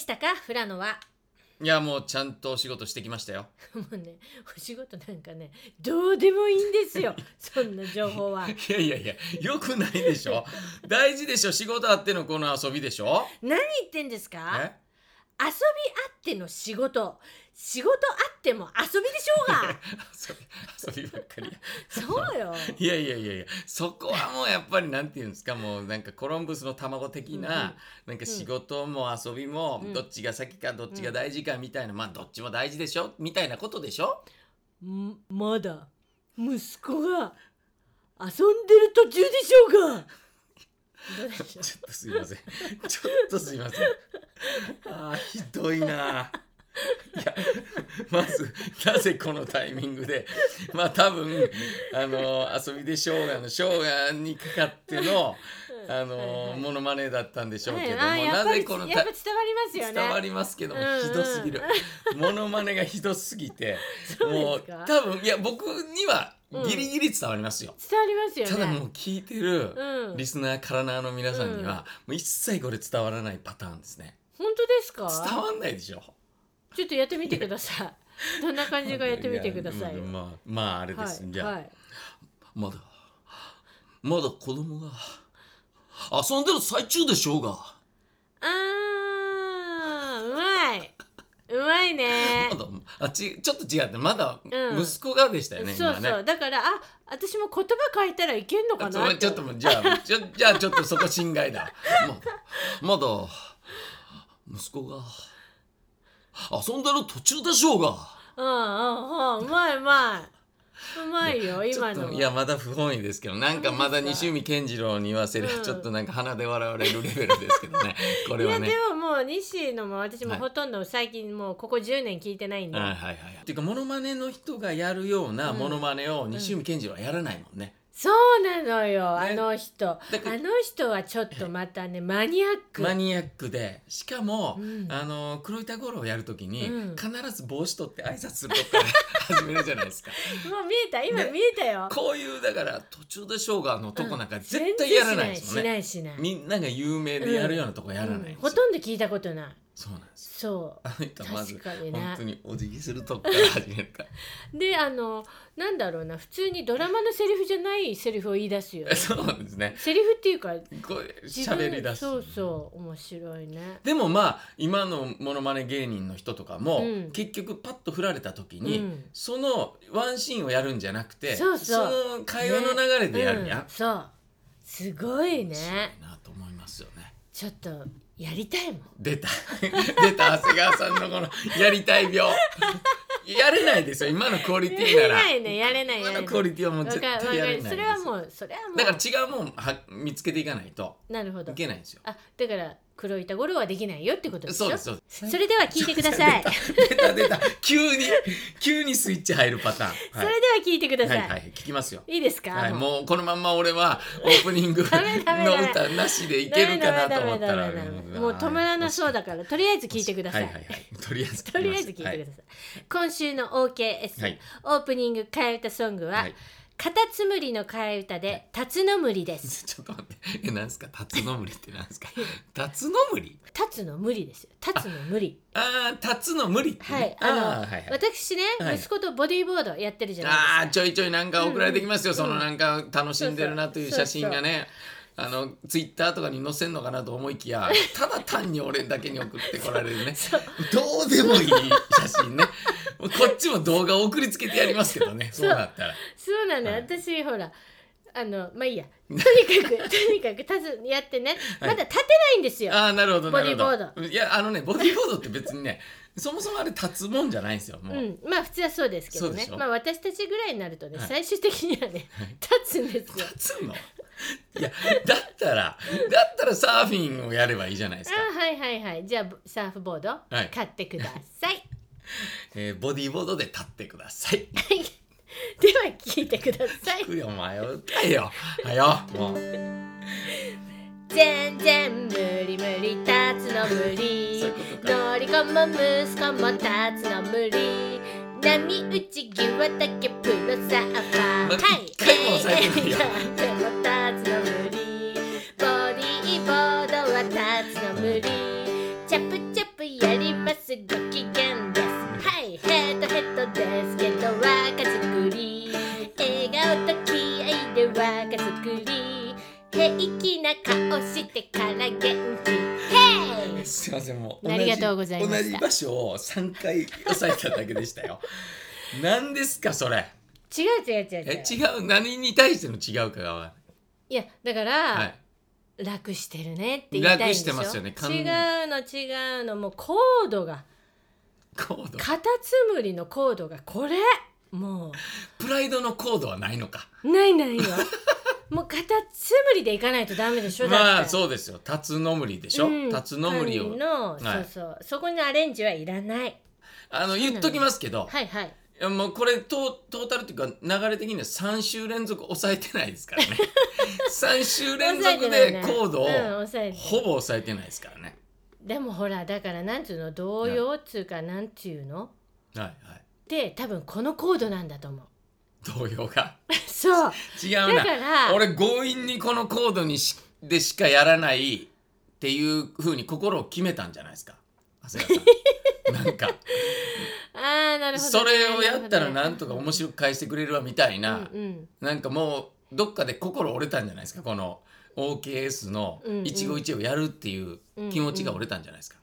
したか、富良野は。 いやもうちゃんとお仕事してきましたよ。 もうね、お仕事なんかね、どうでもいいんですよそんな情報は。 いやいやいや、よくないでしょ大事でしょ。仕事あってのこの遊びでしょ。 何言ってんですか。 え遊びあっての仕事、仕事あっても遊びでしょうが遊びばっかり。 そうよ。 いやいやいやいや、そこはもうやっぱりなんていうんですか、もうなんかコロンブスの卵的な、なんか仕事も遊びもどっちが先かどっちが大事かみたいな、まあどっちも大事でしょみたいなことでしょ。 まだ息子が遊んでる途中でしょうが。どうでしょう。 ちょっとすいません。ちょっとすいません。あーひどいな。いやまずなぜこのタイミングで、まあ多分遊びでしょうがのしょうがにかかってのモノマネだったんでしょうけども、なぜこのやっぱ伝わりますよね。 伝わりますけども、ひどすぎる。モノマネがひどすぎて、もう多分いや僕にはギリギリ伝わりますよ。 伝わりますよね。 ただもう聞いてるリスナーカラナーの皆さんには、もう一切これ伝わらないパターンですね。 本当ですか。 伝わんないでしょ。 ちょっとやってみてください。どんな感じかやってみてください。 まああれです。じゃあ、まだ子供が遊んでる最中でしょうが。 うまいね。 ちょっと違って、まだ息子がでしたよね。 そうそう、だから私も言葉変えたらいけんのかなって。 ちょっとじゃあちょっとそこ心外だ。まだ息子が遊んでる途中でしょうが。 うまいよ今の。 いやまだ不本意ですけど、なんかまだ西海健次郎に言わせるちょっとなんか鼻で笑われるレベルですけどね。これはね。 いやでももう西のも私もほとんど最近もうここ10年聞いてないんで。 っていうかモノマネの人がやるようなモノマネを西海健次郎はやらないもんね。 そうなのよ、あの人はちょっとまたねマニアックで、しかも、黒板五郎をやるときに、必ず帽子取って挨拶するとこから始めるじゃないですか。 もう今見えたよ。 こういうだから途中でしょうがのとこなんか絶対やらないですよね。 しない。 みんなが有名でやるようなとこやらないんですよ。 ほとんど聞いたことない。 そうなんです。 そう。 あの人はまず本当にお辞儀するとこから始めるから。 でなんだろうな、普通にドラマのセリフじゃないセリフを言い出すよね。 そうなんですね。 セリフっていうかこう喋り出す。 そう面白いね。 でもまあ今のモノマネ芸人の人とかも、結局パッと振られた時に、そのワンシーンをやるんじゃなくて、その会話の流れでやるやん。 そうすごいね。 すごいなと思いますよね。 ちょっとやりたいもん。 出た長谷川さんのこのやりたい病。やれないですよ今のクオリティなら。 やれない今のクオリティはもう絶対やれないです。 それはもうだから違うもん見つけていかないといけないんですよ。 だから黒板五郎はできないよってことですよ。 そうです。 それでは聞いてください。 出た急にスイッチ入るパターン。 それでは聞いてください。 聞きますよ。 いいですか。 もうこのまんま俺はオープニングの歌なしでいけるかなと思ったらもう止まらなそうだから、とりあえず聞いてください。 とりあえず聞いてください。今週の OKS オープニング替え歌ソングはカタツムリの替え歌でタツノムリです。 ちょっと待って、なんですかタツノムリってなんですか。タツノムリ？ タツの無理ですよ。タツの無理。 タツの無理ってね。 私ね、息子とボディーボードやってるじゃないですか。 ちょいちょいなんか送られてきますよ。そのなんか楽しんでるなという写真がね。ツイッターとかに載せんのかなと思いきや、ただ単に俺だけに送ってこられるね。どうでもいい写真ね。こっちも動画を送りつけてやりますけどね。そうだったら。 そうなの、私ほらまあいいや。とにかくやってね、まだ立てないんですよ。 なるほどボディーボード。 いやボディーボードって別にね、そもそもあれ立つもんじゃないんですよ。もう。 まあ普通はそうですけどね。まあ私たちぐらいになるとね、最終的にはね立つんですよ。 立つの？いやだったらサーフィンをやればいいじゃないですか。 はい。じゃあサーフボード買ってください。 ボディーボードで立ってください。 では聞いてください。 聞くよ、迷ったよ。もう。 全然無理立つの無理。乗り込む息子も立つの無理。波打ち際だけプロサーファー。 一回も抑えてないよ。 でも立つの無理。ボディーボードは立つの無理。チャプチャプやますご機嫌です。はいヘッドヘッドですけど若作り、笑顔と気合で若作り、平気な顔してから元気。ヘイすいません、もうありがとうございました同じ場所を3回押さえただけでしたよ。何ですかそれ。 違う違う、何に対しての違うかが。 いやだから、 はい、 楽してるねって言いたいんでしょ。 楽してますよね。 違うのもうコードがコード、 カタツムリのコードがこれもプライドのコードはないのか。 ないよもうカタツムリでいかないとダメでしょ。 まあそうですよ、タツノムリでしょ、タツノムリをの、 はいそうそこにアレンジはいらない。 言っときますけど、 はいはい、 いやもうこれトータルっていうか流れ的には3週連続抑えてないですからね。3週連続でコードをほぼ抑えてないですからね。 でもほらだからなんていうの、童謡っつうかなんていうの、 はいはい、 で多分このコードなんだと思う。 童謡がそう違うな。 だから俺強引にこのコードでしかやらないっていう風に心を決めたんじゃないですか、長谷川さん。なんかなるほど、ね、 それをやったらなんとか面白く返してくれるわみたいな、なんかもうどっかで心折れたんじゃないですか、この OKS の一期一会をやるっていう気持ちが折れたんじゃないですか。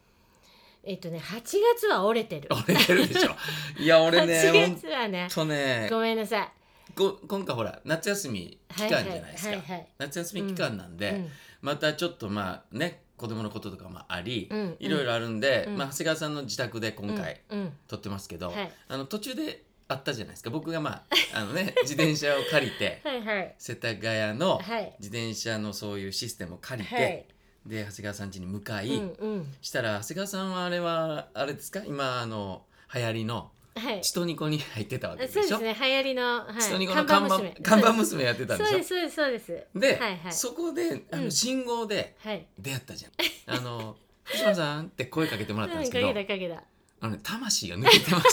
8月は折れてる。 折れてるでしょ。いや俺ね、 8月はね、ごめんなさい。 今回ほら夏休み期間じゃないですか。夏休み期間なんで、またちょっとまあね子供のこととかもあり、いろいろあるんで、長谷川さんの自宅で今回撮ってますけど、途中であったじゃないですか。僕が自転車を借りて世田谷の自転車のそういうシステムを借りて、で長谷川さん家に向かい、したら長谷川さんはあれですか、今流行りのチトニコに入ってたわけでしょ。 そうですね、流行りの、 チトニコの看板娘やってたんでしょ。 そうです。 で、そこで信号で出会ったじゃん。福島さんって声かけてもらったんですけど、 かけた魂が抜けてました。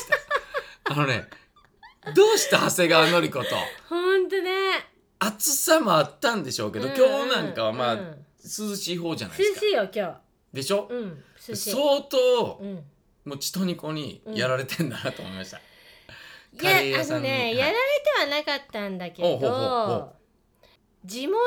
どうした長谷川紀子と。 ほんとね。 暑さもあったんでしょうけど、今日なんかはまあ涼しい方じゃないですか。 涼しいよ今日。 でしょ。相当もうチトニコにやられてんだなと思いました。 いややられてはなかったんだけど、地元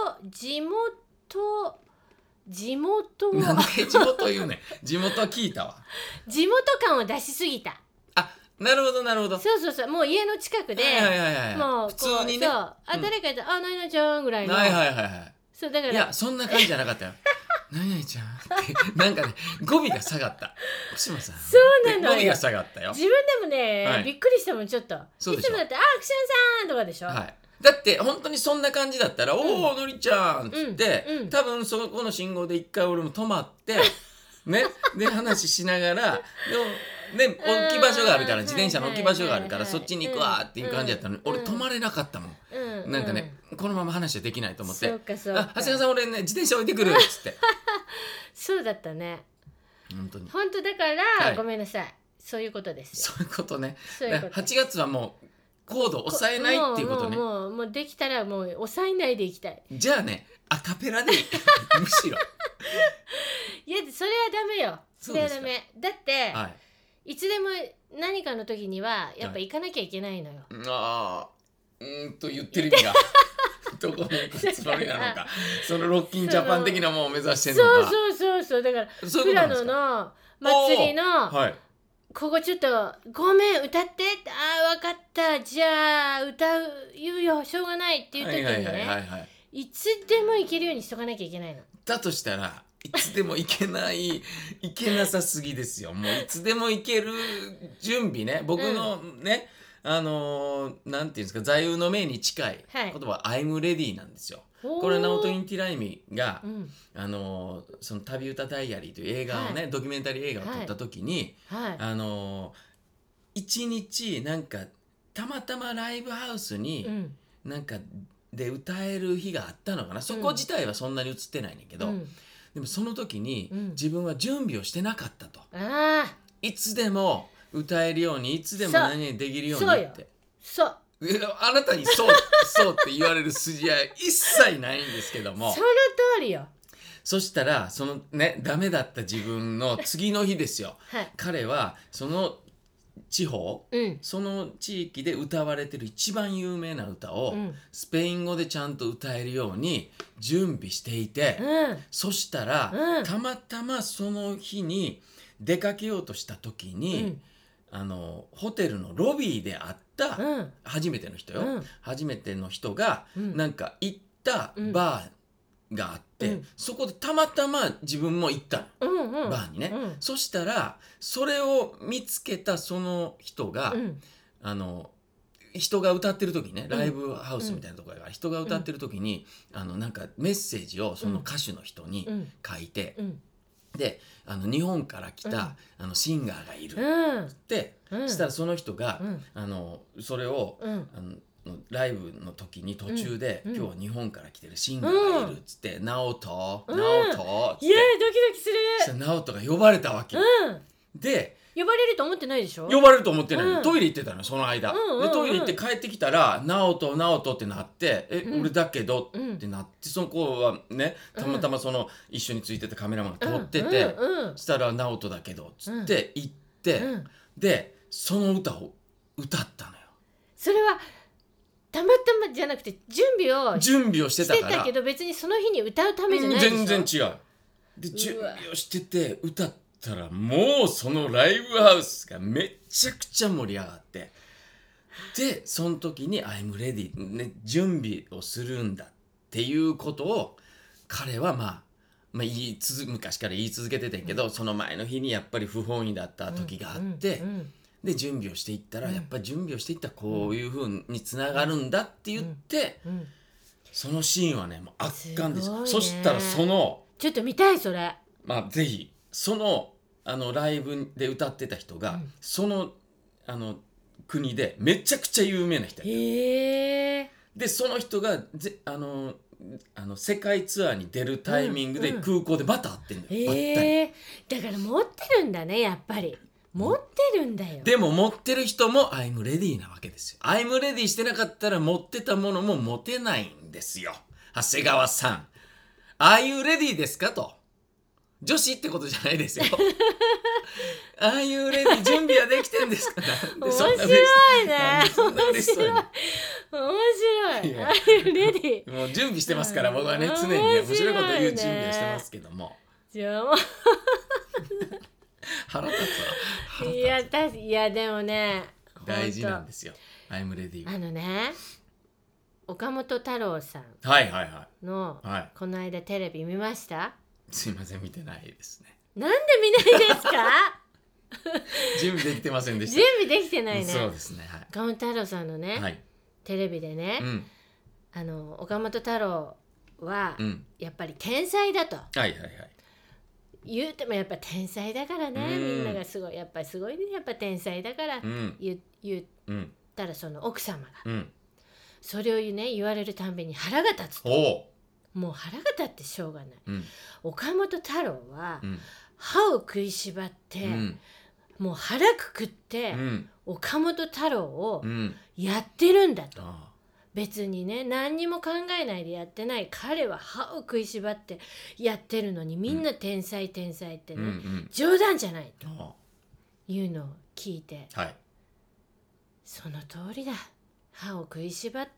なんで地元言うねん。地元は聞いたわ。 地元感を出しすぎた。 なるほど。 そうもう家の近くで、もう普通にね、 誰かで何々ちゃんぐらいの、そうだから、 いやそんな感じじゃなかったよ。何々ちゃんってなんかね語尾が下がった。福島さん。 そうなのよ。 語尾が下がったよ。 自分でもね、びっくりしたもんちょっと。いつもだって福島さんとかでしょ。 だって本当にそんな感じだったら、おおのりちゃんっつって、多分そこの信号で一回俺も止まってね、で話しながらで置き場所があるから、自転車の置き場所があるからそっちに行くわっていう感じだったのに、俺止まれなかったもん。なんかね、このまま話はできないと思って、長谷川さん俺ね自転車置いてくるっつって。 そうだったね。本当だから、ごめんなさい、そういうことですよ。 そういうことね。8月はもうコード抑えないっていうことね。 もうできたらもう抑えないでいきたい。 じゃあね、アカペラでむしろいやそれはダメよ。それはダメだって、いつでも何かの時にはやっぱ行かなきゃいけないのよ。 言ってる意味がどこに行くつもりなのか、そのロッキンジャパン的なものを目指してるのか。 そうだから富良野の祭りのここちょっとごめん歌って、分かった、じゃあ言うよ、しょうがないっていう時にね、いつでも行けるようにしとかなきゃいけないの。 だとしたらいつでも行けなさすぎですよ。もういつでも行ける準備ね。僕のね、なんていうんですか、座右の銘に近い言葉、I'm ready なんですよ。これナオト・インティライミが、その旅歌ダイアリーという映画をね、ドキュメンタリー映画を撮った時に、一日なんかたまたまライブハウスになんかで歌える日があったのかな。そこ自体はそんなに映ってないねんけど、でもその時に自分は準備をしてなかったと。いつでも歌えるように、いつでも何々できるようにって。あなたにそうって言われる筋合い一切ないんですけども。 その通りよ。 そしたらそのねダメだった自分の次の日ですよ、 はい、 彼はその地方、 うん、 その地域で歌われてる一番有名な歌を、スペイン語でちゃんと歌えるように準備していて、そしたら、たまたまその日に出かけようとした時に、ホテルのロビーで会った、初めての人よ、初めての人が、なんか行ったバーがあって、そこでたまたま自分も行ったの、バーにね、そしたらそれを見つけたその人が、人が歌ってる時ね、ライブハウスみたいなところが人が歌ってる時に、なんかメッセージをその歌手の人に書いて、で日本から来た、シンガーがいるって、したらその人が、それを、ライブの時に途中で、今日は日本から来てるシンガーがいるっつって、ナオトっつって、 いやドキドキする。 そしたらナオトが呼ばれたわけ、で呼ばれると思ってないでしょ。 呼ばれると思ってない、トイレ行ってたのその間、でトイレ行って帰ってきたらナオトってなって、俺だけどってなって、その子はねたまたまその一緒についてたカメラマンが撮ってて、そしたらナオトだけどっつって行って、でその歌を歌ったのよ。 それはたまたまじゃなくて準備をしてたけど、別にその日に歌うためじゃないでしょ。 全然違う。で準備をしてて歌ったら、もうそのライブハウスがめちゃくちゃ盛り上がって、でその時に I'm ready、ね、準備をするんだっていうことを彼は昔から言い続けてたけど、その前の日にやっぱり不本意だった時があって、で準備をしていったら、やっぱり準備をしていったらこういう風につながるんだって言って、そのシーンはねもう圧巻ですよ。そしたらそのちょっと見たいそれ。 ぜひそのライブで歌ってた人が、その国でめちゃくちゃ有名な人やった。でその人が世界ツアーに出るタイミングで空港でまた会ってんだよ。 だから持ってるんだね、やっぱり。持ってるんだよ。 でも持ってる人も I'm ready なわけですよ。I'm ready してなかったら持ってたものも持てないんですよ。長谷川さん、Are you ready ですかと。女子ってことじゃないですよ。Are you ready 準備はできてんですか。 面白いね。面白い。Are you ready もう準備してますから、僕はね常にね面白いこと言う準備をしてますけども。 じゃあ腹立つわ。 いやでもね大事なんですよ I'm ready。 岡本太郎さんの、この間テレビ見ました？ すいません、見てないですね。 なんで見ないですか？ 準備できてませんでした。 準備できてないね。 そうですね、 岡本太郎さんのね、テレビでね、岡本太郎はやっぱり天才だと、言うてもやっぱ天才だからね、みんながすごいやっぱりすごいね、やっぱ天才だから言ったら、その奥様が、それを言われるたんびに腹が立つと。もう腹が立ってしょうがない、岡本太郎は、歯を食いしばって、もう腹くくって、岡本太郎をやってるんだと、別にね何にも考えないでやってない彼は歯を食いしばってやってるのに、みんな天才天才ってね、冗談じゃないというのを聞いて、その通りだ、歯を食いしばって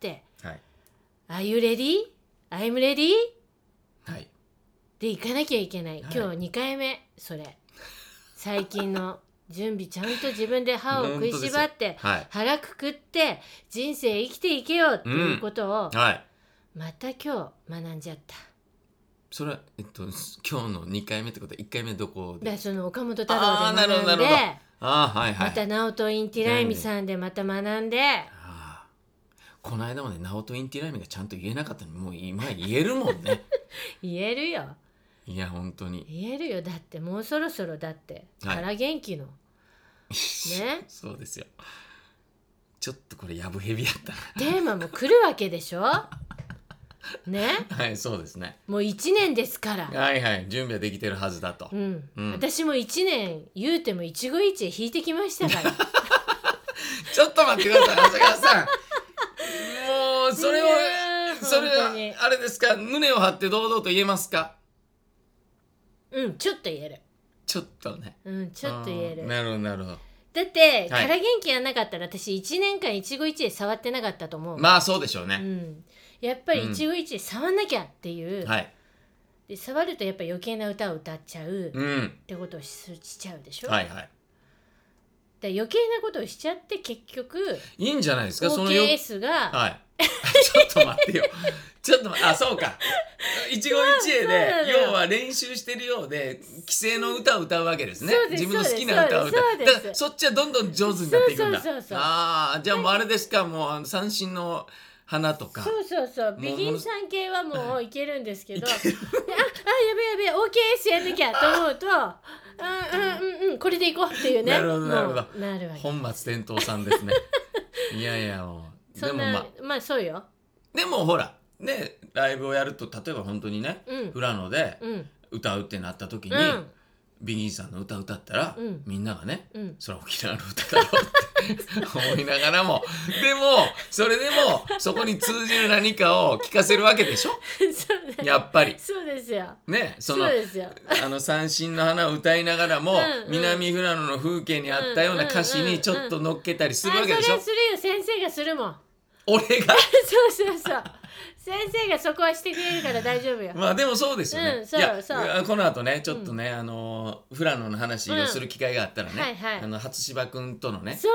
、Are you ready?I'm ready? で行かなきゃいけない。今日2回目それ。最近の準備、ちゃんと自分で歯を食いしばって、腹くくって人生生きていけよっていうことを、また今日学んじゃった。 それは、今日の2回目ってことは1回目どこで？ その岡本太郎で学んで、またナオト・インティライミさんでまた学んで、 この間までナオト・インティライミがちゃんと言えなかったのに、もう今言えるもんね。 言えるよ。 いや本当に言えるよ。だってもうそろそろだってから元気の、ね。 そうですよ。ちょっとこれやぶへびやったな。 テーマも来るわけでしょ。ね。 そうですね。 もう1年ですから。 準備はできてるはずだと。 私も1年言うても一期一会引いてきましたから。 ちょっと待ってください、長谷川さん。もうそれはあれですか、胸を張って堂々と言えますか？ ちょっと言える。 ちょっとね。 ちょっと言える。 なるほどなるほど。 だってから元気がなかったら私1年間一期一会触ってなかったと思う。 まあそうでしょうね。 やっぱり一期一会触んなきゃっていう、で触るとやっぱ余計な歌を歌っちゃう、ってことをしちゃうでしょ。 はいはい。 で余計なことをしちゃって結局いいんじゃないですか。 OKS がちょっと待ってよ。そうか。一期一会で要は練習してるようで既成の歌を歌うわけですね。自分の好きな歌を歌う。だからそっちはどんどん上手になっていくんだ。じゃあもうあれですか、もう三振の花とか。 そうビギンさん系はもういけるんですけど、やべやべ OKS やんなきゃと思うとこれでいこうっていうね。 なるほどなるほど。 なるわけ。 本末転倒さんですね。いやもうそんなまあそうよ。 でもほらね、ライブをやると例えば本当にね、富良野で歌うってなった時に、ビギンさんの歌歌ったら、みんながね、それは沖縄の歌だよって思いながらも、でもそれでもそこに通じる何かを聞かせるわけでしょ。やっぱりそうですよね。そうですよ。三振の花を歌いながらも、南富良野の風景にあったような歌詞にちょっと乗っけたりするわけでしょ。 それはするよ。先生がするもん。 俺がそう先生がそこはしてくれるから大丈夫よ。 まあでもそうですよね。いやこの後ねちょっとね、富良野の話をする機会があったらね、初芝くんとのね久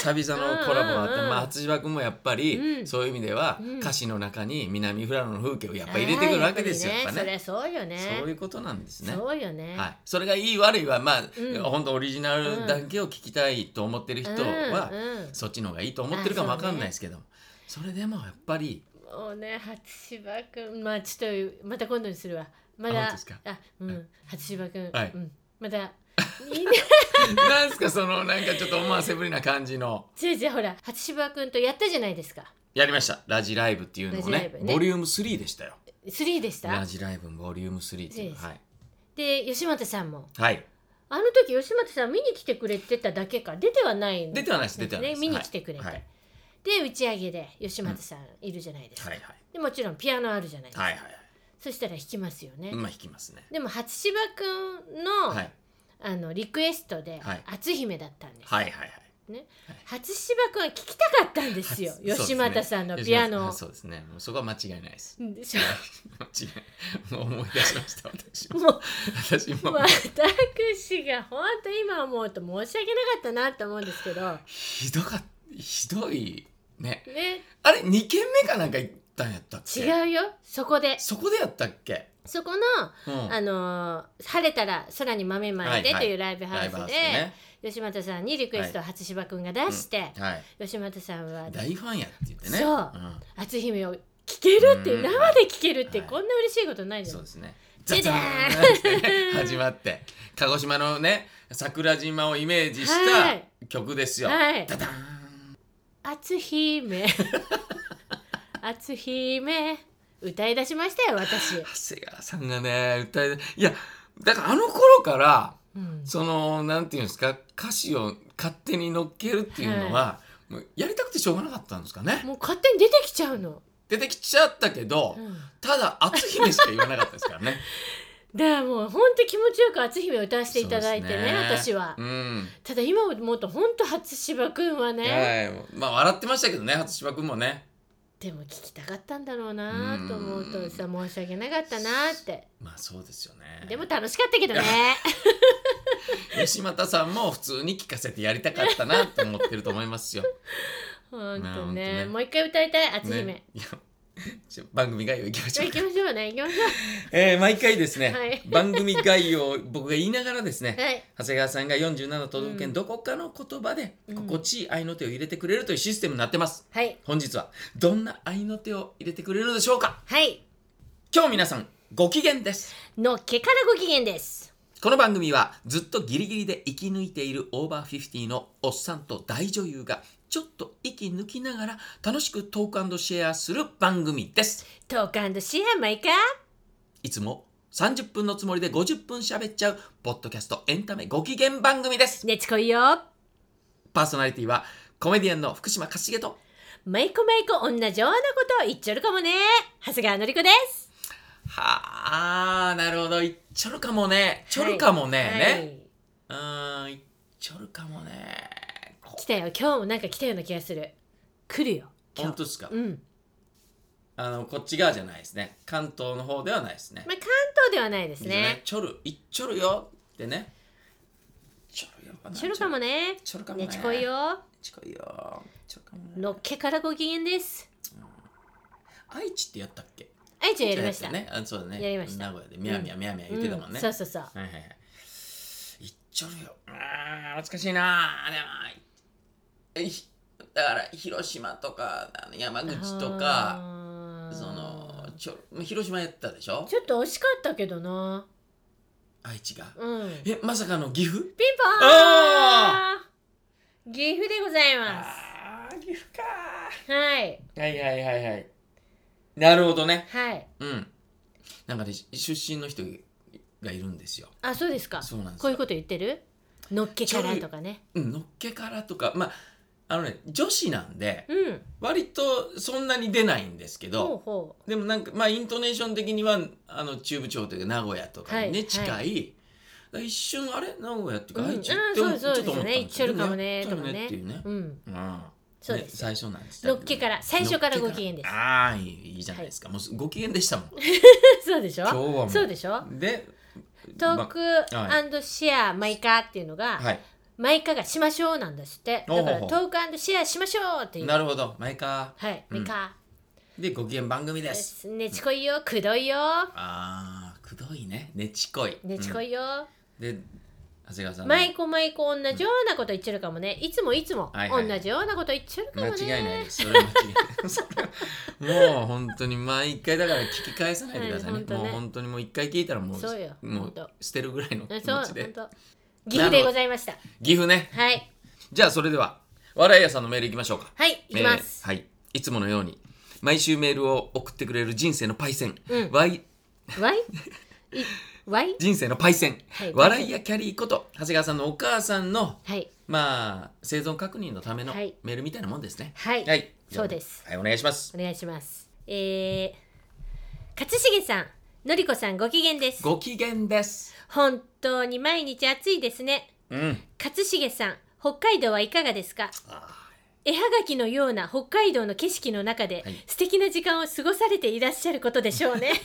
々のコラボがあって、初芝くんもやっぱり、そういう意味では、歌詞の中に南富良野の風景をやっぱ入れてくるわけですよ。やっぱね。 そりゃそうよね。 そういうことなんですね。 そうよね。 それがいい悪いはまあ、本当オリジナルだけを聞きたいと思ってる人は、そっちの方がいいと思ってるかもわかんないですけども、それでもやっぱりもうね、初芝くん、まあちょっとまた今度にするわ。まだ初芝くん、まだなんすかそのなんかちょっと思わせぶりな感じの。 ほら初芝くんとやったじゃないですか。 やりました。ラジライブっていうのをね、ボリューム3でしたよ。 3でした。 ラジライブボリューム3っていうの。 で吉本さんも。 はい。 あの時吉本さん見に来てくれてただけか、出てはないんですね。 出てはないです。出てはないです。 見に来てくれて。で打ち上げで吉本さんいるじゃないですか。でもちろんピアノあるじゃないですか。そしたら弾きますよね。 弾きますね。 でも初芝くんのリクエストで篤姫だったんです。初芝くんは聴きたかったんですよ。吉本さんのピアノ。 そうですね。もうそこは間違いないです。間違い。もう思い出しました。私も。 私が本当今思うと申し訳なかったなって思うんですけど。 ひどいね。あれ2軒目かなんか行ったんやったっけ。 違うよ。そこでやったっけ。 そこの、晴れたら空に豆まいてというライブハウスで、吉本さんにリクエストを初芝くんが出して、吉本さんは大ファンやって言ってね。 そう、篤姫を聴けるっていう、生で聴けるってこんな嬉しいことないじゃん。 そうですね。じゃーん始まって鹿児島のね桜島をイメージした曲ですよ。ダダーン。 篤姫篤姫歌い出しましたよ私。 長谷川さんがね歌い、いやだからあの頃から、そのなんていうんですか、歌詞を勝手に乗っけるっていうのは、もうやりたくてしょうがなかったんですかね。 もう勝手に出てきちゃうの。 出てきちゃったけど、ただ篤姫しか言わなかったですからね。 だからもう本当気持ちよく篤姫を歌わせていただいてね、私は、ただ今思うと本当初芝くんはね、 まあ笑ってましたけどね、初芝くんもね。 でも聞きたかったんだろうなと思うとさ、申し訳なかったなって。 まあそうですよね。 でも楽しかったけどね。 吉本さんも普通に聞かせてやりたかったなって思ってると思いますよ。 本当ね、もう一回歌いたい篤姫。 番組概要いきましょう。 行きましょうね、行きましょう。毎回ですね、番組概要を僕が言いながらですね、長谷川さんが47都道府県どこかの言葉で心地いい合いの手を入れてくれるというシステムになってます。本日はどんな合いの手を入れてくれるのでしょうか。今日皆さんご機嫌ですのっけからご機嫌です。 この番組はずっとギリギリで生き抜いているオーバー50のおっさんと大女優がちょっと息抜きながら楽しくトーク&シェアする番組です。 トーク&シェアマイカー。 いつも30分のつもりで50分喋っちゃうポッドキャストエンタメご機嫌番組です。 ねちこいよ。 パーソナリティはコメディアンの福島かしげとマイコ同じようなことを言っちゃるかもね、長谷川のりこです。 はあ、なるほど。いっちょるかもね。ちょるかもね。いっちょるかもね。 来たよ。今日もなんか来たような気がする。来るよ。 本当ですか？ うん。 こっち側じゃないですね。関東の方ではないですね。 まあ、関東ではないですね。 ちょる、いっちょるよってね。 ちょるかもね。 ちょるかもね。 ねちこいよ。 ちこいよ。ちょるかもね。 のっけからご機嫌です。 愛知ってやったっけ？ 愛知はやりました。 ね、そうだね。 やりました。 名古屋でみやみやみやみや言ってたもんね。 そうそうそう。 はいはいはい。いっちょるよ。難しいな。でもだから広島とか山口とか広島やったでしょ。 ちょっと惜しかったけどな。 愛知が。 まさかの岐阜？ピンポーン。岐阜でございます。 岐阜か。 はい。 はいなるほどね。 はい。 なんかね、出身の人がいるんですよ。 あ、そうですか。 そうなんですよ。 こういうこと言ってる？のっけからとかね。 のっけからとか、女子なんで、割とそんなに出ないんですけど、でもなんかイントネーション的には中部地方というか名古屋とかにね、近い。一瞬あれ名古屋っていうか愛知ってちょっと思ったんですよ。 一緒かもねとかね。 っていうね。 そうです。 最初なんです。 のっけから最初からご機嫌です。 いいじゃないですか。もうご機嫌でしたもん。 そうでしょ。今日はもう。そうでしょ。で、トーク&シェアマイカーっていうのが、マイカがしましょうなんですって。だからトーク&シェアしましょうっていう。 なるほど。マイカー。はい。マイカー。で、ご機嫌番組です。 ねちこいよ、くどいよ。 くどいね。ねちこい。 ねちこいよ。 で、長谷川さん毎個同じようなこと言っちゃるかもね。いつも同じようなこと言っちゃるかもね。 間違いないです。それは間違いない。もう本当に毎回だから聞き返さないでくださいね。もう本当にもう一回聞いたらもう捨てるぐらいの気持ちで。 岐阜でございました。 岐阜ね。 はい。 じゃあそれでは笑い屋さんのメールいきましょうか。 はい、いきます。 はい。いつものように毎週メールを送ってくれる人生のパイセン。人生のパイセン、笑いやキャリーこと長谷川さんのお母さんの、生存確認のためのメールみたいなもんですね。 はい、そうです。 はい、お願いします。 お願いします。勝重さん、のりこさん、ご機嫌です。 ご機嫌です。 本当に毎日暑いですね。勝重さん、北海道はいかがですか？絵はがきのような北海道の景色の中で、素敵な時間を過ごされていらっしゃることでしょうね。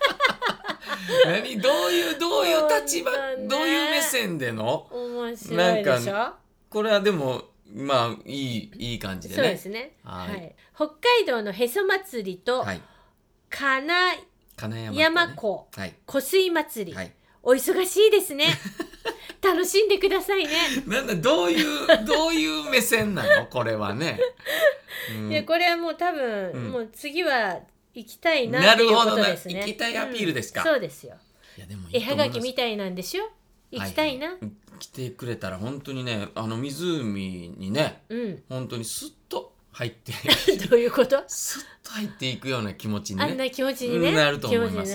どういう立場、どういう目線での面白いでしょ。 これはでもいい感じでね。 そうですね。北海道のへそ祭りと金山湖湖水祭り、お忙しいですね。楽しんでくださいね。 どういう目線なのこれはね。 いやこれはもう多分、もう次は行きたいなっていうことですね。 行きたいアピールですか？ そうですよ。絵はがきみたいなんでしょ。行きたいな。 来てくれたら本当にね、湖にね、本当にスッと入ってどういうこと？ スッと入っていくような気持ちにね。 あんな気持ちにね。 なると思います。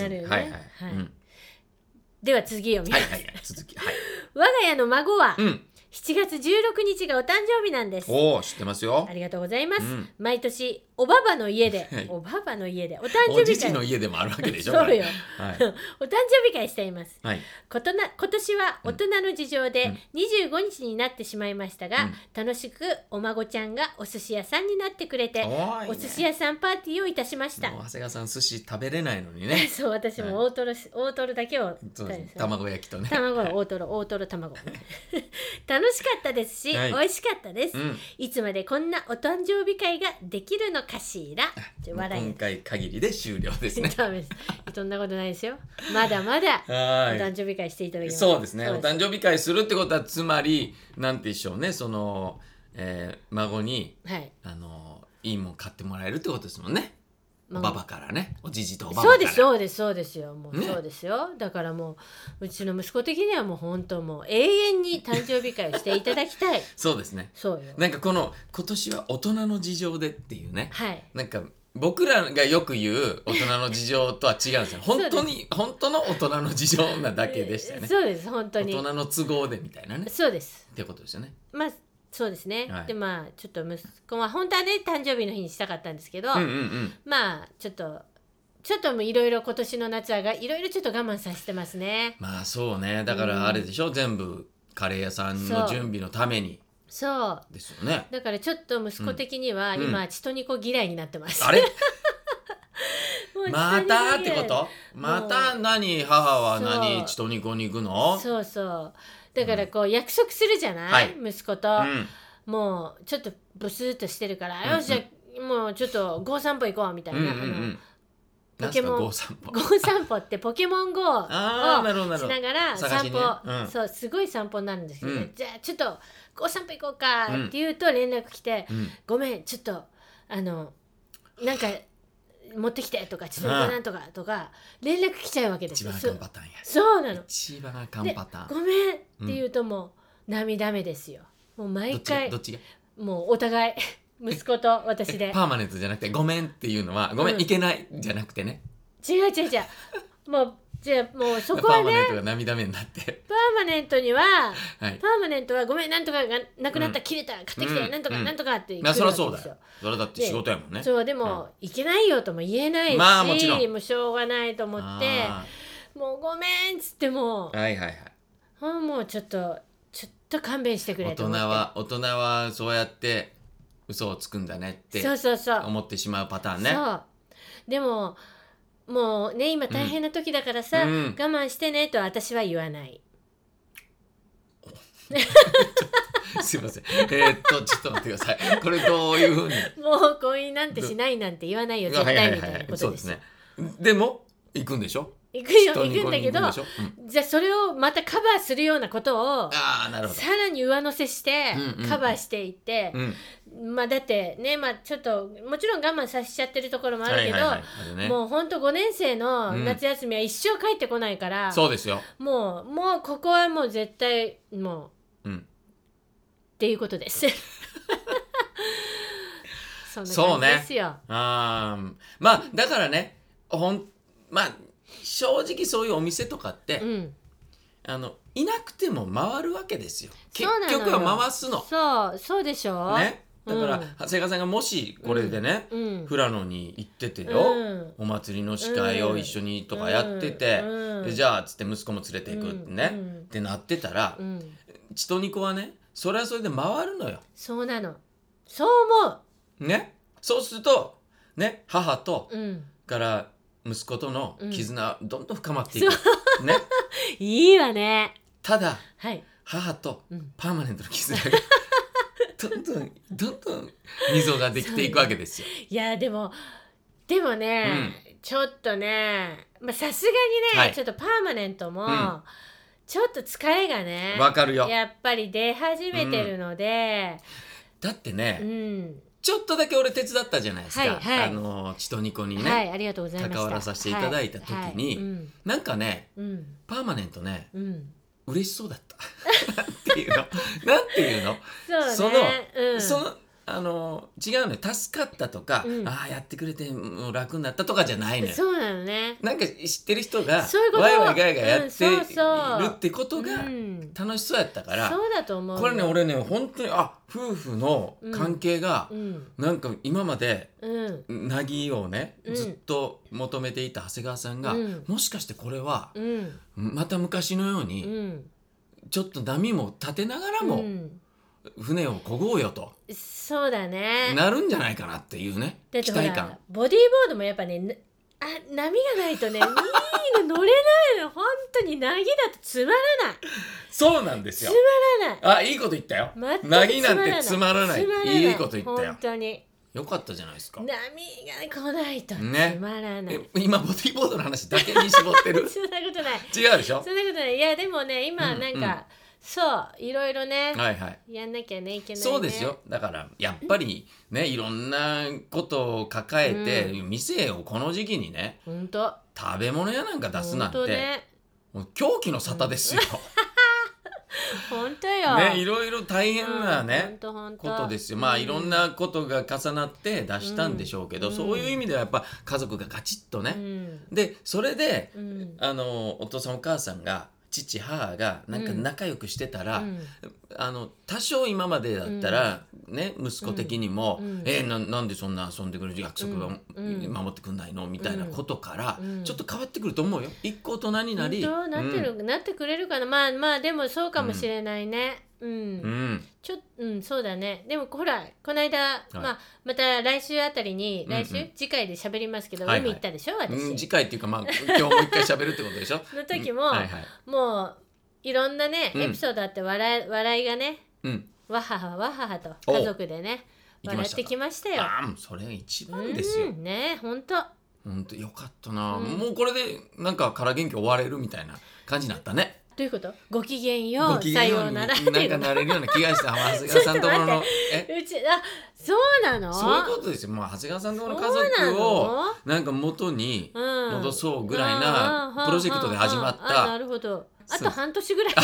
では次を見ます。 続き。 我が家の孫は7月16日がお誕生日なんです。 知ってますよ。 ありがとうございます。毎年おばばの家でお誕生日会の家でもあるわけでしょ。 そうよ。お誕生日会しています。今年は大人の事情で25日になってしまいましたが、楽しくお孫ちゃんがお寿司屋さんになってくれて、お寿司屋さんパーティーをいたしました。 長谷川さん寿司食べれないのにね。 そう、私も大トロだけを卵焼きとね。 卵は大トロ卵。楽しかったですし、美味しかったです。いつまでこんなお誕生日会ができるのかしら。 今回限りで終了ですね。 そんなことないですよ。まだまだお誕生日会していただきます。 そうですね。お誕生日会するってことはつまりなんてでしょうね。その、孫に、いいもん買ってもらえるってことですもんね。おばばからね、おじじとおばばから。 そうですよ。もうそうですよ。だからもううちの息子的にはもう本当もう永遠に誕生日会をしていただきたい。 そうですね。 そうよ。 なんか今年は大人の事情でっていうね。なんか僕らがよく言う大人の事情とは違うんですよ。本当の大人の事情なだけでしたよね。 そうです、本当に。 大人の都合でみたいなね。 そうです。 ってことですよね。 そうですね。でちょっと息子は本当はね誕生日の日にしたかったんですけど、ちょっとちょっといろいろ今年の夏はいろいろちょっと我慢させてますね。 まあそうね、だからあれでしょ、全部カレー屋さんの準備のためにそうですよね。 だからちょっと息子的には今、ちとにこ嫌いになってます。 あれもうまたってちとにこ嫌いことまた何母は何ちとにこに行くの？ そうそうだからこう約束するじゃない、息子と、もうちょっとブスッとしてるから、よしじゃあもうちょっとゴー散歩行こうみたいな、ポケモンゴー散歩ってポケモン GO をしながら散歩、そうすごい散歩になるんですけど、じゃあちょっとゴー散歩行こうかって言うと連絡来て、ごめんちょっとなんか持ってきてとかちょっとなんとかとか連絡来ちゃうわけですよ。 一番あかんパターンや。 そうなの。 一番あかんパターン。 ごめんって言うともう涙目ですよ。もう毎回どっちがもうお互い息子と私でパーマネントじゃなくてごめんっていうのはごめん、いけないじゃなくてね。 違うもうじゃあもうそこはねパーマネントが涙目になってパーマネントには、パーマネントはごめんなんとかがなくなった、切れた買ってきて、なんとかなんとかって言ってそりゃそうだよ。それだって仕事やもんね。 そうでも、いけないよとも言えないし、 まあもちろんもうしょうがないと思ってもうごめんっつってももうちょっと勘弁してくれと思って。 大人はそうやって嘘をつくんだねって思ってしまうパターンね。 そうでももうね今大変な時だからさ、我慢してねとは私は言わない。 すいませんちょっと待ってください。これどういうふうにもう婚姻なんてしないなんて言わないよ絶対みたいなことですね。 でも行くんでしょ。 行くんだけど、じゃあそれをまたカバーするようなことをさらに上乗せしてカバーしていって、まあだってね、まあちょっともちろん我慢させちゃってるところもあるけど、もうほんと5年生の夏休みは一生帰ってこないから、 そうですよ。 もうここはもう絶対もう、っていうことです。そんな感じですよ。 まあだからね、まあ正直そういうお店とかって、いなくても回るわけですよ。結局は回すの。 そうでしょ。 ね。だから長谷川さんがもしこれでね、富良野に行っててよ、お祭りの司会を一緒にとかやってて、じゃあつって息子も連れていくってね、ってなってたら、ちとにこはね、それはそれで回るのよ。 そうなの。そう思う。ね。そうするとね、母とから息子との絆どんどん深まっていく、ね。 いいわね。 ただ、母とパーマネントの絆がどんどん溝ができていくわけですよ。 いやでもね、ちょっとね、さすがにね、ちょっとパーマネントも、ちょっと疲れがね、 わかるよ。 やっぱり出始めてるので、 だってね、ちょっとだけ俺手伝ったじゃないですか、ちとにこにね、 ありがとうございました。 関わらさせていただいた時に、なんかね、パーマネントね、嬉しそうだったなんていうのその違うね、助かったとか、やってくれてもう楽になったとかじゃないのよ。 そうなのね。 なんか知ってる人がワイワイガヤガヤやっているってことが楽しそうやったから、 そうだと思う。 これね、俺ね本当に夫婦の関係がなんか今までなぎをねずっと求めていた長谷川さんが、もしかしてこれはまた昔のようにちょっと波も立てながらも船を漕ごうよと、 そうだね、 なるんじゃないかなっていうね、期待感。 ボディーボードもやっぱね、波がないとね乗れないの。本当になぎだとつまらない。 そうなんですよ。 つまらない。 いいこと言ったよ。なぎなんてつまらない。いいこと言ったよ。 本当によかったじゃないですか。 波が来ないとつまらない、 今ボディーボードの話だけに絞ってるそんなことない。 違うでしょ。 そんなことない。いやでもね、今なんか、そういろいろね、やんなきゃねいけないね。 そうですよ。だからやっぱりね、いろんなことを抱えて、店をこの時期にね、食べ物屋なんか出すなんて、もう狂気の沙汰ですよ。 本当よ。 ね、いろいろ大変なね、ことですよ。いろんなことが重なって出したんでしょうけど、そういう意味ではやっぱ家族がガチッとね、でそれでお父さんお母さんが父母がなんか仲良くしてたら、 うん、 多少今までだったら、ね、息子的にも、なんでそんな遊んでくれる約束を守ってくんないのみたいなことから、ちょっと変わってくると思うよ。一個大人になりなってくれるかな。まあでもそうかもしれないね。そうだね。でもほらこの間、また来週あたりに、次回で喋りますけど、海行ったでしょ私。 次回っていうか、今日もう一回喋るってことでしょの時も、もういろんなねエピソードあって笑いがね、わははわははと家族でね笑ってきましたよ。 それが一番ですよ。 ね、ほんとよかったな。もうこれでなんかから元気終われるみたいな感じになったね。 どういうこと？ごきげんよう、さようならなんかなれるような気がした。長谷川さんところのそうなの？ そういうことですよ。もう長谷川さんところの家族をなんか元に戻そうぐらいなプロジェクトで始まった。 なるほど。あと半年ぐらい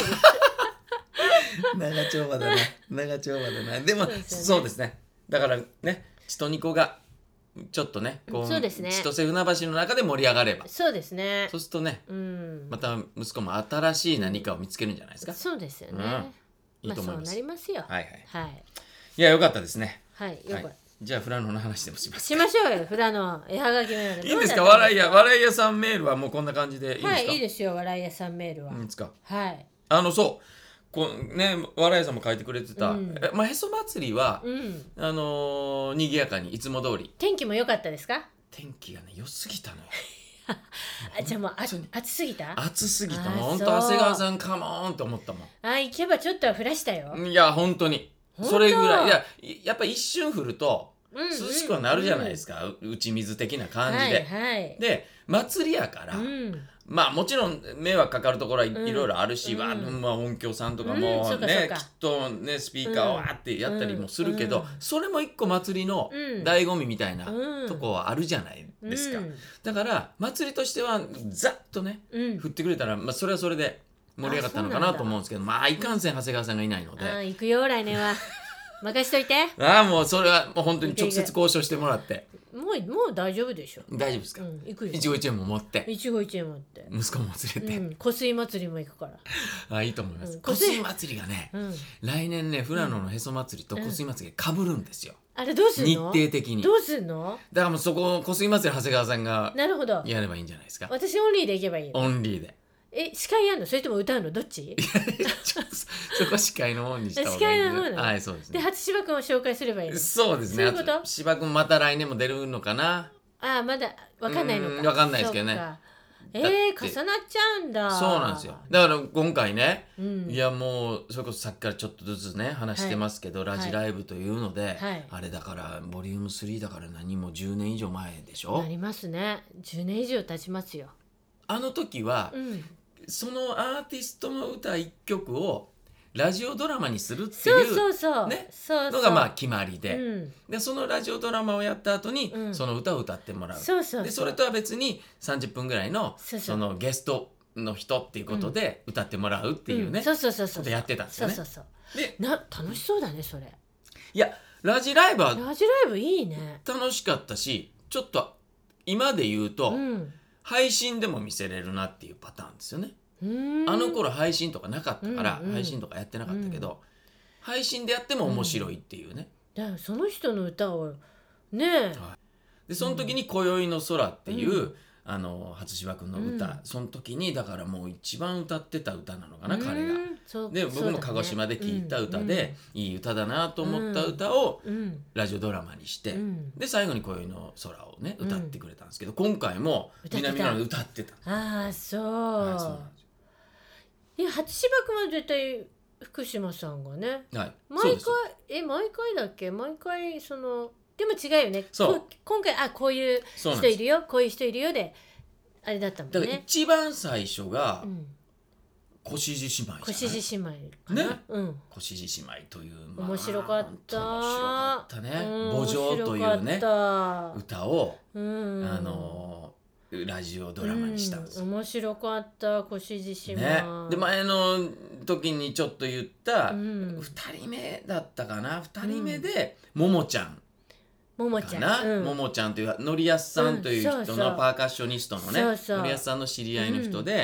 長丁場だな。でもそうですね。だからね、血と肉がちょっとね、 そうですね、 千歳船橋の中で盛り上がれば、 そうですね。 そうするとね、また息子も新しい何かを見つけるんじゃないですか。 そうですよね。いいと思います。そうなりますよ。 いや、よかったですね。 よかった。 じゃあフラノの話でもします。 しましょうよ。フラノ絵はがきメール。 いいんですか？笑い屋さんメールはもうこんな感じでいいですか？ いいですよ。笑い屋さんメールは。いいですか？ そうね、笑い屋さんも書いてくれてた、へそ祭りは、にぎやかにいつも通り。 天気も良かったですか？ 天気がね、良すぎたのよ。 じゃあもう暑すぎた？ 暑すぎた。もうほんと長谷川さんカモーンと思ったもん。 行けばちょっとは降らしたよ。 いや本当にそれぐらい。やっぱ一瞬降ると涼しくはなるじゃないですか、打ち水的な感じで。で祭りやから、もちろん迷惑かかるところはいろいろあるし、音響さんとかもね、きっとねスピーカーをわーってやったりもするけど、それも一個祭りの醍醐味みたいなとこはあるじゃないですか。だから祭りとしてはざっとね降ってくれたら、それはそれで盛り上がったのかなと思うんですけど、いかんせん長谷川さんがいないので。 行くよ来年は。任しといて。 もうそれはもう本当に直接交渉してもらって。 もう大丈夫でしょ。 大丈夫ですか？ 行くよ。 一期一会も持って。 一期一会持って。 息子も連れて。 湖水祭りも行くから。 いいと思います。湖水祭りがね、来年ね、富良野のへそ祭りと湖水祭りが被るんですよ。 あれどうすんの？ 日程的に。 どうすんの？ だからもうそこ湖水祭り長谷川さんがやればいいんじゃないですか。 私オンリーで行けばいいよ。 オンリーで。 司会やんの？それとも歌うの？どっち？ そこ司会の方にした方がいい。司会の方なの？はい、そうですね。 で、初芝君を紹介すればいいの？ そうですね。芝君また来年も出るのかな？ まだ分かんないのか。 分かんないですけどね。 重なっちゃうんだ。 そうなんですよ。だから今回ね、いやもうそれこそさっきからちょっとずつね話してますけど、ラジライブというので、あれだからボリューム3だから何も10年以上前でしょ？ なりますね。10年以上経ちますよ。 あの時は、そのアーティストの歌1曲をラジオドラマにするっていうのが決まりで、でそのラジオドラマをやった後に、その歌を歌ってもらう。でそれとは別に30分ぐらいのそのゲストの人っていうことで歌ってもらうっていうね、ことやってたんですよね。 で楽しそうだねそれ。 いやラジライブいいね。 楽しかったし、ちょっと今で言うと、配信でも見せれるなっていうパターンですよね。あの頃配信とかなかったから、配信とかやってなかったけど、配信でやっても面白いっていうね。 だからその人の歌をね、 でその時に「今宵の空」っていう、初芝君の歌、その時にだからもう一番歌ってた歌なのかな、彼が。で僕も鹿児島で聴いた歌で、いい歌だなと思った歌をラジオドラマにして、で最後に「今宵の空」をね歌ってくれたんですけど、今回も南側で歌ってた。 そう。いや初芝君は絶対福島さんがね、毎回だっけ？毎回そのでも違うよね。今回こういう人いるよ、こういう人いるよであれだったもんね。 だから一番最初が越路姉妹じゃない？ 越路姉妹かな。 越路姉妹という、 面白かったね。慕情というね歌をラジオドラマにしたんですよ。 面白かった越路姉妹、 で前の時にちょっと言った2人目だったかな、2人目でももちゃんかな、ももちゃんというのりやすさんという人のパーカッショニストのね、のりやすさんの知り合いの人で、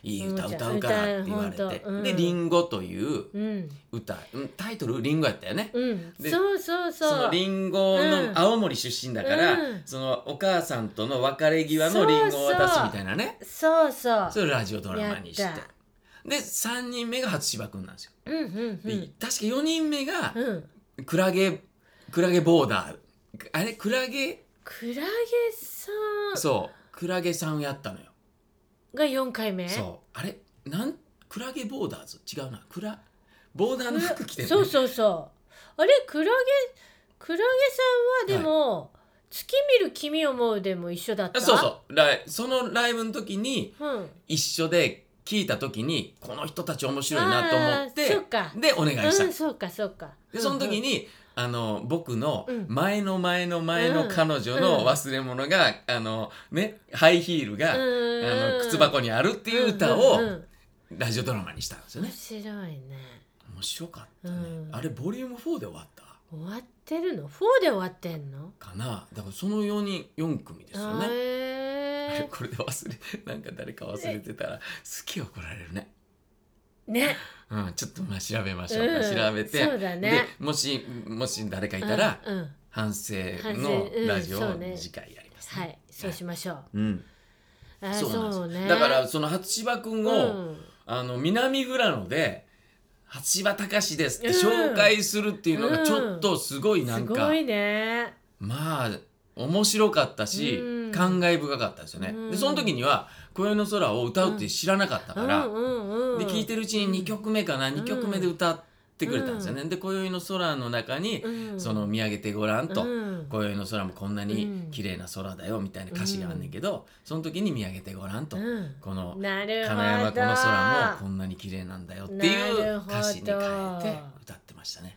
いい歌歌うからって言われて、でリンゴという歌、タイトルリンゴやったよね、でそうそのリンゴの青森出身だから、そのお母さんとの別れ際のリンゴを渡すみたいなね、 そうそうそれをラジオドラマにして、で3人目が初芝くんなんですよ、で確か4人目がクラゲボーダー、あれクラゲさん、 そうクラゲさんやったのよが4回目、 そうあれクラゲボーダーズ違うな、ボーダーの服着てる、 そうあれクラゲさんはでも、月見る君を思うでも一緒だった。 そのライブの時に一緒で聞いた時にこの人たち面白いなと思ってでお願いした、 そうかでその時に僕の前の彼女の忘れ物がハイヒールが靴箱にあるっていう歌をラジオドラマにしたんですよね。 面白いね。 面白かったね、あれボリューム4で終わった、 終わってるの？ 4 で終わってんのかな。だからその4組ですよね。あれこれでなんか誰か忘れてたらすげえ怒られるね。ちょっと調べましょうか、調べて、 そうだね、 でもし誰かいたら、反省のラジオを次回やりますね。 はい、そうしましょう。 そうね。だからその初芝くんを南富良野で初芝隆ですって紹介するっていうのがちょっとすごいなんか、 すごいね。 まあ面白かったし、感慨深かったですよね。でその時には今宵の空を歌うって知らなかったから、で聴いてるうちに2曲目かな、2曲目で歌ってくれたんですよね。で今宵の空の中に、その見上げてごらんと、今宵の空もこんなに綺麗な空だよみたいな歌詞があんねんけど、その時に見上げてごらんと、この金山この空もこんなに綺麗なんだよっていう歌詞に変えて歌ってましたね。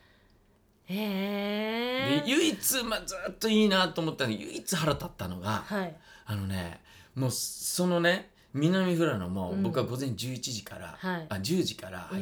で唯一、ずっといいなと思ったの唯一腹立ったのが、もうそのね南富良野も僕は午前11時から、10時から入って、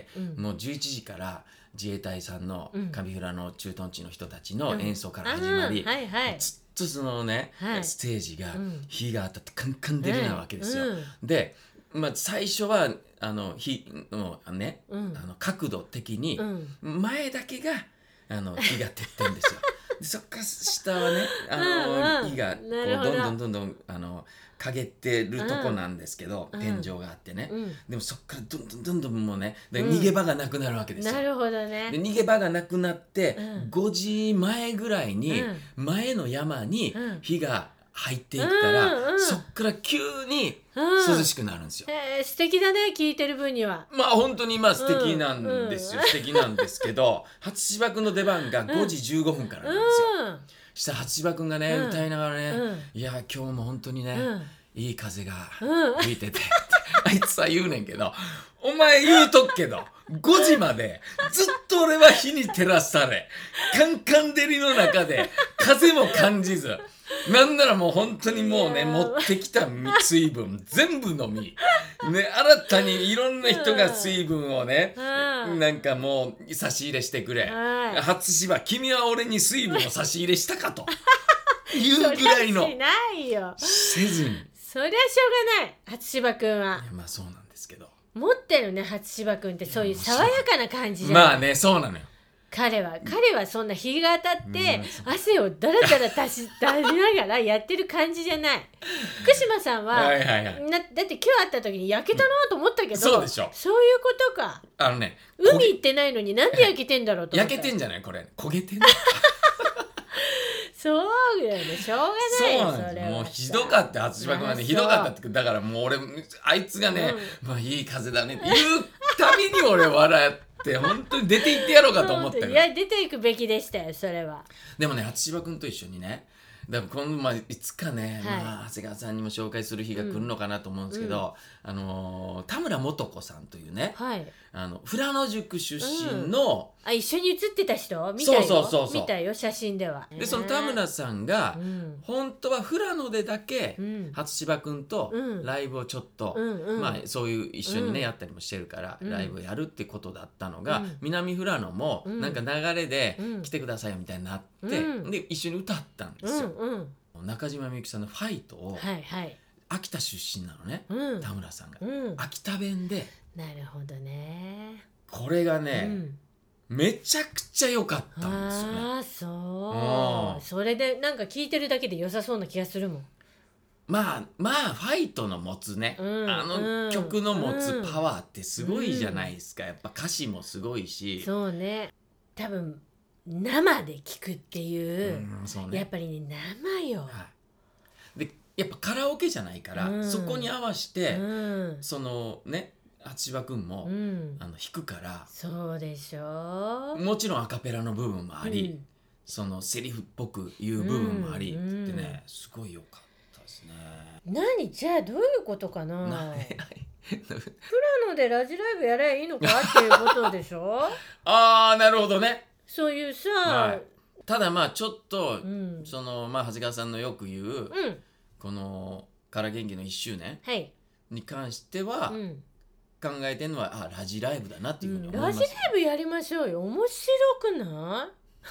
もう11時から自衛隊さんの上富良野駐屯地の人たちの演奏から始まり、ずっとそのね、ステージが火が当たってカンカン照りなわけですよ。で、最初は火のね、角度的に前だけが火が照ってんですよ。でそっから下はね火がこうどんどん陰ってるとこなんですけど、天井があってね、でもそっからどんどんもうね逃げ場がなくなるわけですよ。 なるほどね。 で逃げ場がなくなって、5時前ぐらいに前の山に火が入っていくから、そっから急に涼しくなるんですよ。 素敵だね、聞いてる分には。 本当に素敵なんですよ、素敵なんですけど初芝くんの出番が5時15分からなんですよ。したら初芝くんがね、歌いながらね、いや今日も本当にね、いい風が吹いててあいつは言うねんけど、お前言うとくけど5時までずっと俺は火に照らされカンカン照りの中で風も感じず、なんならもう本当にもうね持ってきた水分全部飲み、ね、新たにいろんな人が水分をね、なんかもう差し入れしてくれ、初芝君は俺に水分を差し入れしたかというぐらいのそりゃしないよ、 せずに、 そりゃしょうがない。初芝くんはそうなんですけど持ってるね。初芝くんってそういう爽やかな感じじゃない。 そうなのよ。彼はそんな日が当たって汗をだらだら出しながらやってる感じじゃない。福島さんは、だって今日会った時に焼けたなと思ったけど、 そうでしょ。 そういうことか。海行ってないのになんで焼けてんだろうと思った。 焼けてんじゃないこれ、焦げてんだそうよね、しょうがないよ。 そうなんです。もうひどかった、初芝君はね、ひどかったって。だからもう俺あいつがね、いい風だねって言うたびに俺笑って本当に出て行ってやろうかと思ってる。 いや出ていくべきでしたよ、それは。 でもね、初芝君と一緒にね、だから今度いつかね、長谷川さんにも紹介する日が来るのかなと思うんですけど、田村素子さんというね、富良野塾出身の、 一緒に写ってた人見たよ。見たよ、写真では。 でその田村さんが、本当は富良野でだけ、初芝くんとライブをちょっと、そういう一緒にね、やったりもしてるから、ライブをやるってことだったのが、南富良野もなんか流れで来てくださいみたいになって、で一緒に歌ったんですよ。中島みゆきさんの「ファイト」を秋田出身なのね、田村さんが、秋田弁で。 なるほどね。 これがね、めちゃくちゃ良かったんですよね。 ああ、そう。それでなんか聞いてるだけで良さそうな気がするもん。 まあファイトの持つね、あの曲の持つパワーってすごいじゃないですか。やっぱ歌詞もすごいし。 そうね。多分生で聞くっていう、 そうね、 やっぱりね生よ。 でやっぱカラオケじゃないから、そこに合わせて、そのね八葉くんも、弾くから。 そうでしょ。 もちろんアカペラの部分もあり、そのセリフっぽく言う部分もありってね、すごい良かったですね。 何じゃあどういうことかな。プラノでラジライブやればいいのかっていうことでしょ。 ああ、なるほどね。 そういうさ、 ただまあちょっと、その長谷川さんのよく言う、このから元気の1周年に関しては、考えてるのはラジライブだなっていうふうに思います。 ラジライブやりましょうよ。面白くない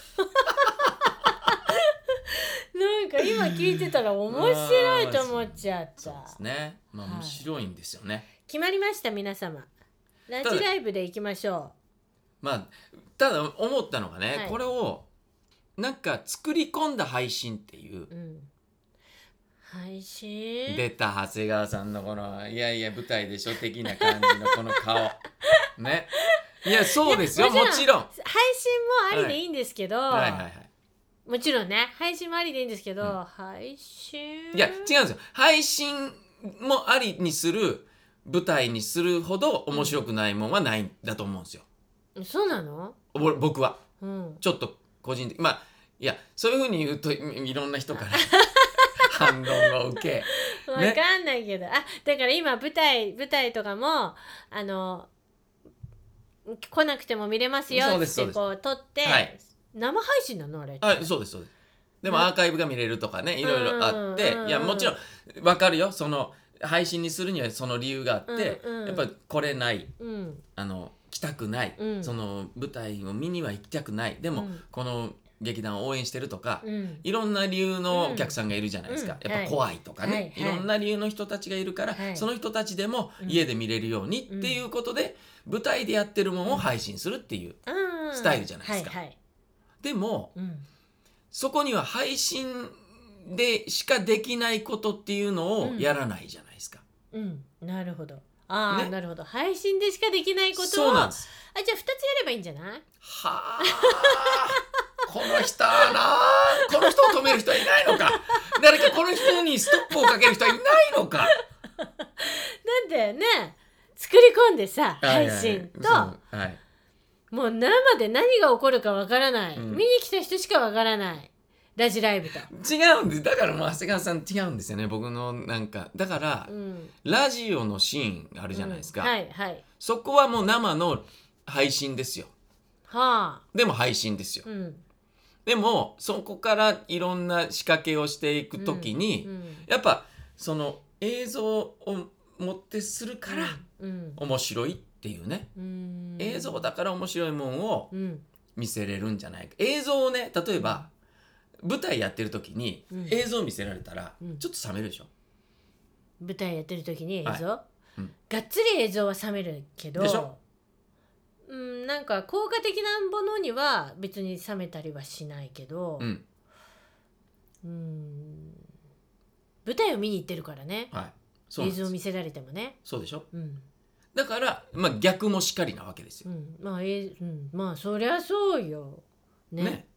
なんか今聞いてたら面白いと思っちゃった。 そうですね。面白いんですよね。 決まりました、皆様。ラジライブでいきましょう。ただ思ったのがね、これをなんか作り込んだ配信っていう、 配信出た長谷川さんのこのいやいや舞台でしょ的な感じのこの顔ね。いやそうですよ、もちろん配信もありでいいんですけど、もちろんね配信もありでいいんですけど、配信いや違うんですよ。配信もありにする舞台にするほど面白くないもんはないんだと思うんですよ。 そうなの？ 僕は、ちょっと個人的いやそういうふうに言うといろんな人から反論を受け分かんないけど、だから今舞台とかも来なくても見れますよってこう撮って、生配信なのあれ？ そうですそうです。でもアーカイブが見れるとかね、いろいろあって、いやもちろん分かるよ。その配信にするにはその理由があって、やっぱり来れない、来たくない、その舞台を見には行きたくない、でも、この劇団を応援してるとか、いろんな理由のお客さんがいるじゃないですか。やっぱ怖いとかね、いろんな理由の人たちがいるから、その人たちでも家で見れるようにっていうことで、舞台でやってるものを配信するっていうスタイルじゃないですか。でも、そこには配信でしかできないことっていうのをやらないじゃないですか。 なるほど。なるほど。配信でしかできないことを。 そうなんです。 じゃあ2つやればいいんじゃない？ はあ。この人はな、この人を止める人はいないのか。誰かこの人にストップをかける人はいないのか。 なんでね、作り込んでさ、配信と、もう生で何が起こるかわからない、見に来た人しかわからないラジライブと。 違うんです。だからもう長谷川さん違うんですよね。僕のなんかだから、ラジオのシーンあるじゃないですか。そこはもう生の配信ですよ。でも配信ですよ。でもそこからいろんな仕掛けをしていくときに、やっぱその映像を持ってするから面白いっていうね、映像だから面白いもんを見せれるんじゃないか。映像をね、例えば舞台やってる時に映像見せられたらちょっと冷めるでしょ。 舞台やってる時に映像、がっつり映像は冷めるけどでしょ。なんか効果的なものには別に冷めたりはしないけど、舞台を見に行ってるからね、映像を見せられてもね。 そうでしょ、だから逆もしかりなわけですよ。 まあそりゃそうよね。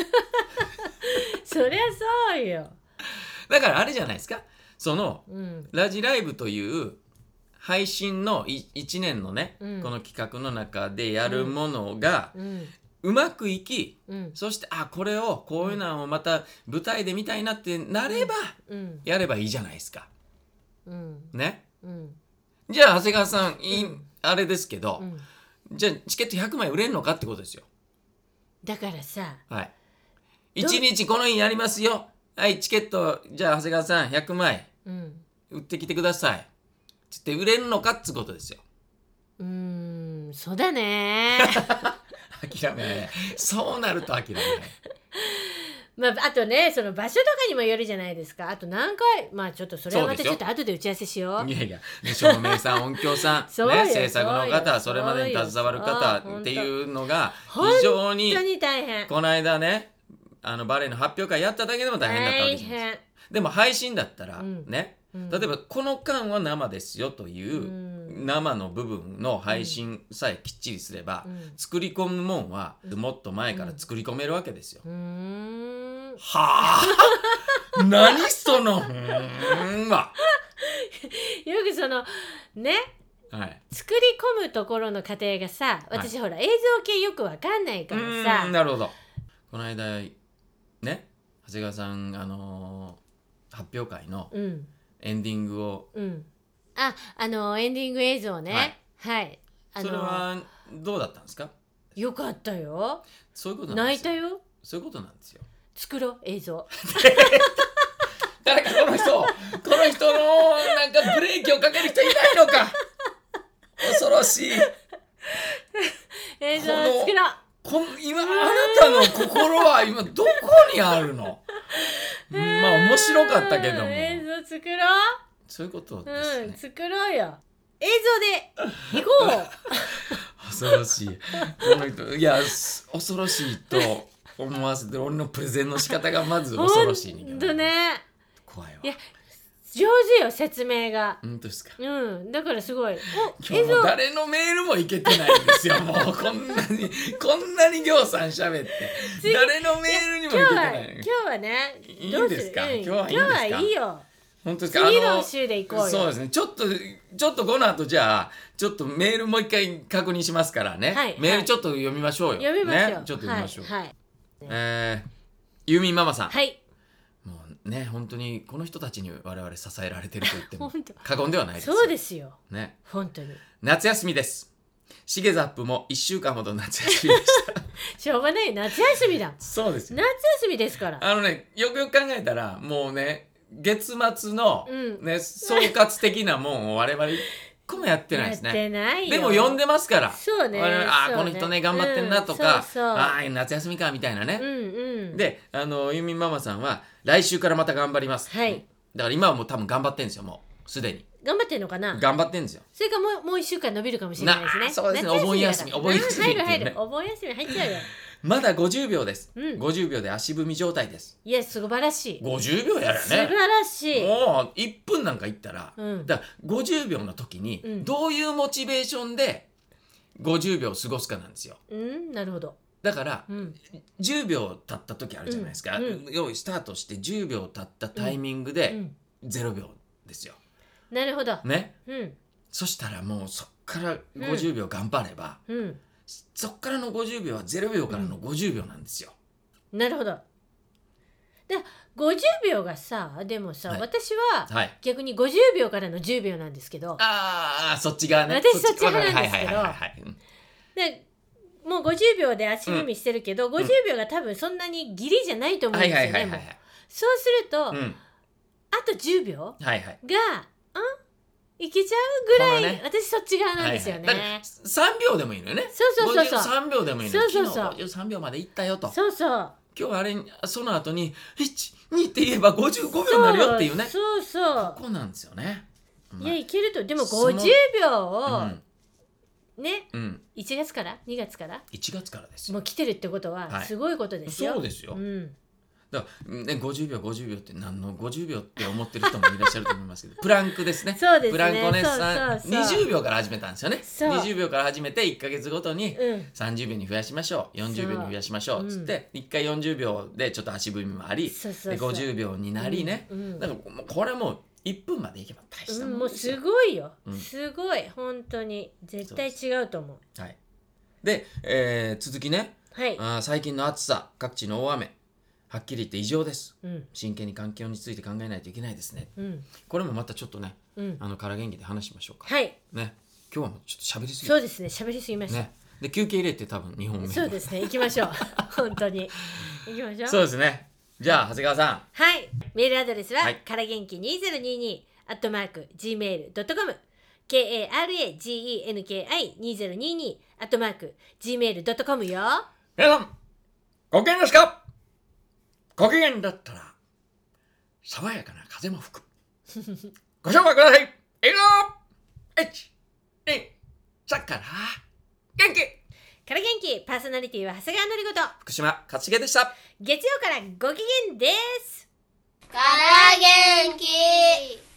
そりゃそうよ。 だからあれじゃないですか、その、ラジライブという配信の1年のね、この企画の中でやるものがうまくいき、そしてこれをこういうのをまた舞台で見たいなってなれば、やればいいじゃないですか、ね、じゃあ長谷川さん、あれですけど、じゃあチケット100枚売れるのかってことですよ。 だからさ、 1日この日やりますよ、チケットじゃあ長谷川さん100枚売ってきてくださいって売れるのかってことですよ。 そうだね。 諦めない。そうなると諦めない。 まあ、あとねその場所とかにもよるじゃないですか。あと何回まあちょっとそれはまたちょっと後で打ち合わせしよう。 いやいや、ね、照明さん音響さん、ね、制作の方それまでに携わる方っていうのが非常に本当に大変。 この間ねバレエの発表会やっただけでも大変だったわけじゃないですか。でも配信だったらね、例えばこの間は生ですよという生の部分の配信さえきっちりすれば、作り込むもんはもっと前から作り込めるわけですよ。はあ何そのはよくそのね、 はい、 作り込むところの過程がさ、私、ほら映像系よくわかんないからさ。 なるほど。この間ね長谷川さん発表会のエンディングを、 エンディング映像ね、はい、 それはどうだったんですか？ よかったよ。 そういうことなんですよ。 泣いたよ。 そういうことなんですよ。 作ろう映像誰かこの人のなんかブレーキをかける人いないのか恐ろしい映像を作ろう。 今あなたの心は今どこにあるのまあ面白かったけども映像作ろう。 そういうことですね、 作ろうよ。映像で行こう恐ろしいこの人いや恐ろしいと思わせて俺のプレゼンの仕方がまず恐ろしいほんとね。 怖いわ。 いや上手よ説明が。 本当ですか？ だからすごい。 今日も誰のメールもいけてないんですよもうこんなにぎょうさん喋って誰のメールにもいけてない。 今日はねいいんですか？今日はいいんですか？ 今日はいいよ。 本当ですか？ 次の週で行こうよ。 そうですね。ちょっとこの後じゃあちょっとメールもう一回確認しますからね、メールちょっと読みましょうよ。 読みましょう、 ね、ちょっと読みましょう。 はい、 ユーミンママさん、 はい、 もうね本当にこの人たちに我々支えられてると言っても過言ではないですよ。 そうですよ、 ね、 本当に。 夏休みです。シゲザップも1週間ほど夏休みでしたしょうがない、夏休みだ。 そうですよ。 夏休みですから。 よくよく考えたらもうね月末の、総括的なもんを我々一個もやってないですね。 やってないよ。 でも読んでますから。 そうね。 この人ね頑張ってんなとか、 そう夏休みかみたいなね。 で、 ユーミンママさんは来週からまた頑張ります。 はい。 だから今はもう多分頑張ってんですよ。もうすでに。 頑張ってんのかな。 頑張ってんですよ。 それかもう1週間伸びるかもしれないですね。 そうですね。お盆休み。 入る。お盆休み入っちゃうよ。 まだ50秒です、50秒で足踏み状態です。 いや素晴らしい。 50秒やるね。 素晴らしい。 もう1分なんかいったら、だから50秒の時にどういうモチベーションで50秒過ごすかなんですよ。 なるほど。 だから、10秒経った時あるじゃないですか、用意スタートして10秒経ったタイミングで0秒ですよ。 なるほどね、そしたらもうそっから50秒頑張れば、そっからの50秒は0秒からの50秒なんですよ。 なるほど。で50秒がさでもさ、私は逆に50秒からの10秒なんですけど、 そっち側ね。 私そっち派なんですけど、でもう50秒で足踏みしてるけど、50秒が多分そんなにギリじゃないと思うんですよね。そうすると、あと10秒がいけちゃうぐらい、私そっち側なんですよね。 3秒でもいいのよね。 そう 53秒でもいいのよ。昨日53秒までいったよと。 そうそう。 今日その後に1、2って言えば55秒になるよっていうね。 そうそう。 ここなんですよね。 いやいけると。でも50秒をね、1月から2月から 1月からですよ。 もう来てるってことはすごいことですよ。 そうですよ。だからね、50秒って何の50秒って思ってる人もいらっしゃると思いますけどプランクですね。 そうですね。 プランクお姉さん20秒から始めたんですよね。20秒から始めて1ヶ月ごとに30秒に増やしましょう、40秒に増やしましょうっつって1回40秒でちょっと足踏みもありで50秒になりね。だからこれはもう1分までいけば大したもんですよ。 もうすごいよ、すごい本当に絶対違うと思う。 はい。で、続きね、最近の暑さ各地の大雨はっきり言って異常です、真剣に環境について考えないといけないですね、これもまたちょっとね、から元気で話しましょうか。 はいね、今日はもうちょっと喋りすぎそうですね、喋りすぎました、 ね、で休憩入れて多分2本目。 そうですね、行きましょう本当に行きましょう。 そうですね。じゃあ長谷川さん、 はい、メールアドレスは、から元気2022@gmail.com KARAGENKI2022 @gmail.com よ。 皆さんご機嫌ですか？ ご機嫌だったら爽やかな風も吹く。ご紹介ください。笑顔 1、2、3から元気から元気、パーソナリティは長谷川のりごと福島勝重でした。 月曜からご機嫌です。 から元気